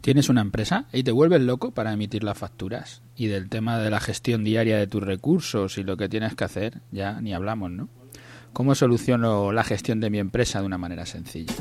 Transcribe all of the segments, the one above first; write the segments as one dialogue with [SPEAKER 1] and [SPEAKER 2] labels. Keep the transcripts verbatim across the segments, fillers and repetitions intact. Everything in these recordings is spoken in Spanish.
[SPEAKER 1] ¿Tienes una empresa y te vuelves loco para emitir las facturas? Y del tema de la gestión diaria de tus recursos y lo que tienes que hacer, ya ni hablamos, ¿no? ¿Cómo soluciono la gestión de mi empresa de una manera sencilla?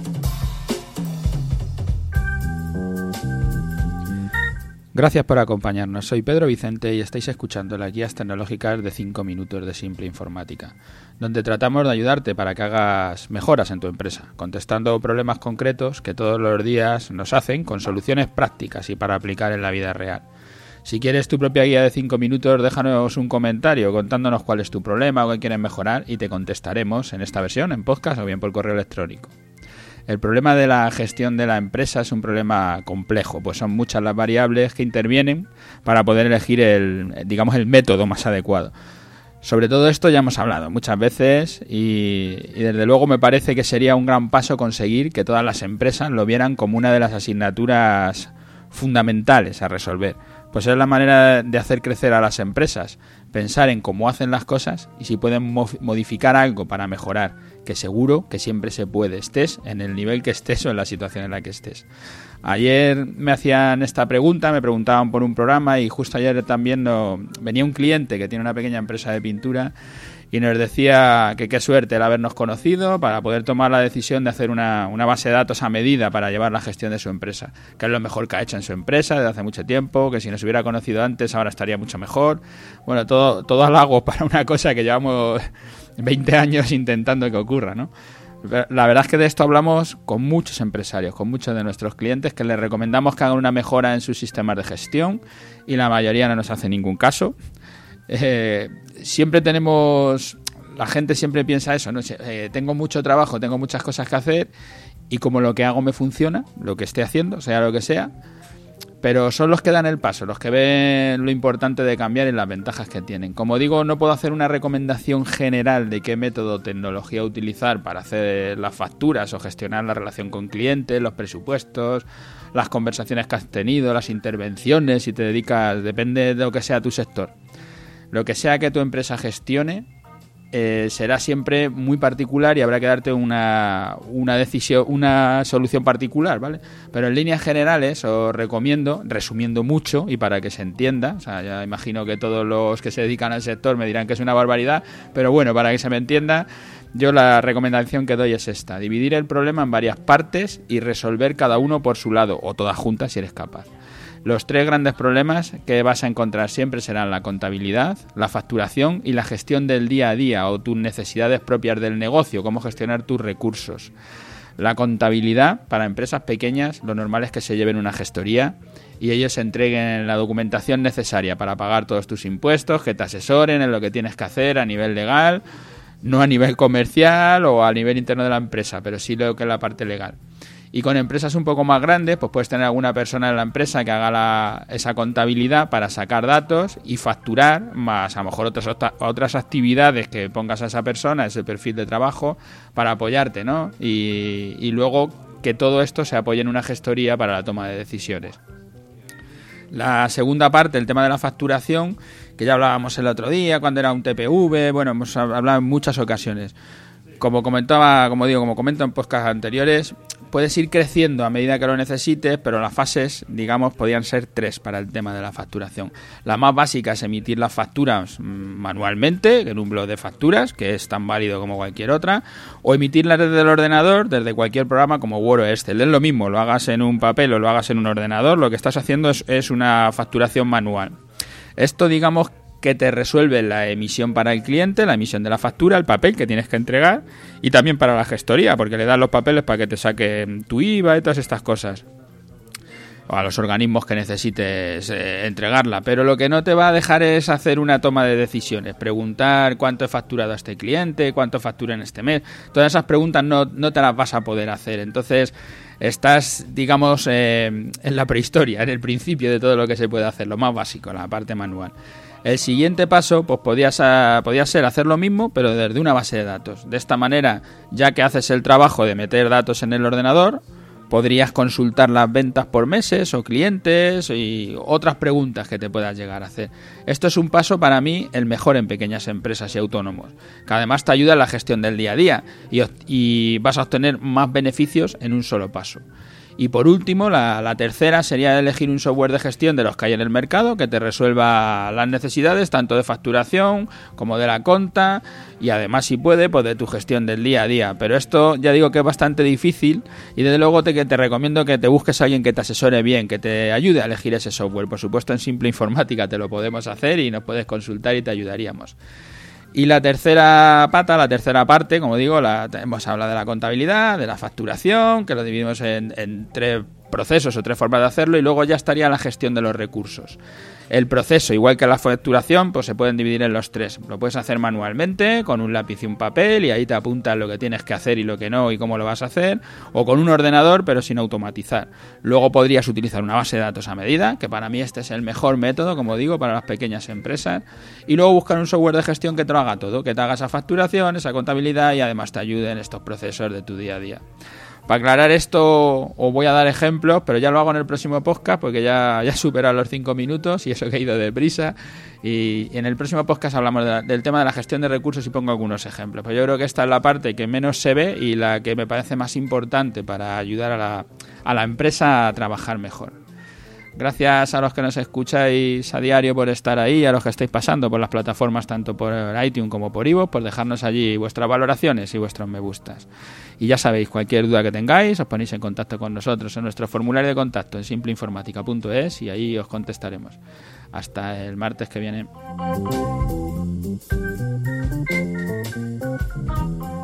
[SPEAKER 1] Gracias por acompañarnos. Soy Pedro Vicente y estáis escuchando las guías tecnológicas de cinco minutos de Simple Informática, donde tratamos de ayudarte para que hagas mejoras en tu empresa, contestando problemas concretos que todos los días nos hacen con soluciones prácticas y para aplicar en la vida real. Si quieres tu propia guía de cinco minutos, déjanos un comentario contándonos cuál es tu problema o qué quieres mejorar y te contestaremos en esta versión, en podcast o bien por correo electrónico. El problema de la gestión de la empresa es un problema complejo, pues son muchas las variables que intervienen para poder elegir el, digamos, el método más adecuado. Sobre todo esto ya hemos hablado muchas veces y, y desde luego me parece que sería un gran paso conseguir que todas las empresas lo vieran como una de las asignaturas fundamentales a resolver. Pues es la manera de hacer crecer a las empresas, pensar en cómo hacen las cosas y si pueden mo- modificar algo para mejorar, que seguro que siempre se puede, estés en el nivel que estés o en la situación en la que estés. Ayer me hacían esta pregunta, me preguntaban por un programa y justo ayer también no, venía un cliente que tiene una pequeña empresa de pintura y nos decía que qué suerte el habernos conocido para poder tomar la decisión de hacer una, una base de datos a medida para llevar la gestión de su empresa, que es lo mejor que ha hecho en su empresa desde hace mucho tiempo, que si nos hubiera conocido antes ahora estaría mucho mejor. Bueno, todo, todo halago para una cosa que llevamos veinte años intentando que ocurra, ¿no? La verdad es que de esto hablamos con muchos empresarios, con muchos de nuestros clientes que les recomendamos que hagan una mejora en sus sistemas de gestión y la mayoría no nos hace ningún caso. Eh, siempre tenemos, la gente siempre piensa eso, ¿no? Eh, tengo mucho trabajo, tengo muchas cosas que hacer y como lo que hago me funciona, lo que esté haciendo, sea lo que sea, pero son los que dan el paso, los que ven lo importante de cambiar y las ventajas que tienen. Como digo, no puedo hacer una recomendación general de qué método o tecnología utilizar para hacer las facturas o gestionar la relación con clientes, los presupuestos, las conversaciones que has tenido, las intervenciones, si te dedicas, depende de lo que sea tu sector. Lo que sea que tu empresa gestione eh, será siempre muy particular y habrá que darte una, una decisión, una solución particular, ¿vale? Pero en líneas generales os recomiendo, resumiendo mucho y para que se entienda, o sea, ya imagino que todos los que se dedican al sector me dirán que es una barbaridad, pero bueno, para que se me entienda, yo la recomendación que doy es esta: dividir el problema en varias partes y resolver cada uno por su lado, o todas juntas si eres capaz. Los tres grandes problemas que vas a encontrar siempre serán la contabilidad, la facturación y la gestión del día a día o tus necesidades propias del negocio, cómo gestionar tus recursos. La contabilidad, para empresas pequeñas, lo normal es que se lleven una gestoría y ellos entreguen la documentación necesaria para pagar todos tus impuestos, que te asesoren en lo que tienes que hacer a nivel legal, no a nivel comercial o a nivel interno de la empresa, pero sí lo que es la parte legal. Y con empresas un poco más grandes, pues puedes tener alguna persona en la empresa que haga la, esa contabilidad para sacar datos y facturar, más a lo mejor otras otras actividades que pongas a esa persona, ese perfil de trabajo, para apoyarte, ¿no? Y, y luego que todo esto se apoye en una gestoría para la toma de decisiones. La segunda parte, el tema de la facturación, que ya hablábamos el otro día, cuando era un T P V, bueno, hemos hablado en muchas ocasiones. Como comentaba, como digo, como comento en podcasts anteriores, puedes ir creciendo a medida que lo necesites, pero las fases, digamos, podían ser tres para el tema de la facturación. La más básica es emitir las facturas manualmente, en un blog de facturas, que es tan válido como cualquier otra, o emitirlas desde el ordenador, desde cualquier programa como Word o Excel. Es lo mismo, lo hagas en un papel o lo hagas en un ordenador, lo que estás haciendo es, es una facturación manual. Esto, digamos, que te resuelve la emisión para el cliente, la emisión de la factura, el papel que tienes que entregar y también para la gestoría, porque le das los papeles para que te saquen tu I V A y todas estas cosas, o a los organismos que necesites eh, entregarla. Pero lo que no te va a dejar es hacer una toma de decisiones, preguntar cuánto he facturado a este cliente, cuánto factura en este mes. Todas esas preguntas no, no te las vas a poder hacer. Entonces estás, digamos, eh, en la prehistoria, en el principio de todo lo que se puede hacer, lo más básico, la parte manual. El siguiente paso, pues podías, uh, podía ser hacer lo mismo, pero desde una base de datos. De esta manera, ya que haces el trabajo de meter datos en el ordenador, podrías consultar las ventas por meses o clientes y otras preguntas que te puedas llegar a hacer. Esto es un paso para mí el mejor en pequeñas empresas y autónomos, que además te ayuda en la gestión del día a día y, y vas a obtener más beneficios en un solo paso. Y por último, la, la tercera sería elegir un software de gestión de los que hay en el mercado que te resuelva las necesidades tanto de facturación como de la conta y además, si puede, pues de tu gestión del día a día. Pero esto ya digo que es bastante difícil y desde luego te, que te recomiendo que te busques a alguien que te asesore bien, que te ayude a elegir ese software. Por supuesto, en Simple Informática te lo podemos hacer y nos puedes consultar y te ayudaríamos. Y la tercera pata, la tercera parte, como digo, la, hemos hablado de la contabilidad, de la facturación, que lo dividimos en, en tres procesos o tres formas de hacerlo, y luego ya estaría la gestión de los recursos. El proceso, igual que la facturación, pues se pueden dividir en los tres. Lo puedes hacer manualmente, con un lápiz y un papel, y ahí te apuntas lo que tienes que hacer y lo que no, y cómo lo vas a hacer, o con un ordenador, pero sin automatizar. Luego podrías utilizar una base de datos a medida, que para mí este es el mejor método, como digo, para las pequeñas empresas, y luego buscar un software de gestión que te lo haga todo, que te haga esa facturación, esa contabilidad, y además te ayude en estos procesos de tu día a día. Para aclarar esto os voy a dar ejemplos, pero ya lo hago en el próximo podcast porque ya, ya he superado los cinco minutos y eso que he ido deprisa. Y en el próximo podcast hablamos de la, del tema de la gestión de recursos y pongo algunos ejemplos. Pero yo creo que esta es la parte que menos se ve y la que me parece más importante para ayudar a la, a la empresa a trabajar mejor. Gracias a los que nos escucháis a diario por estar ahí, a los que estáis pasando por las plataformas tanto por iTunes como por iVoox, por dejarnos allí vuestras valoraciones y vuestros me gustas. Y ya sabéis, cualquier duda que tengáis, os ponéis en contacto con nosotros en nuestro formulario de contacto en simple informática punto es y ahí os contestaremos. Hasta el martes que viene.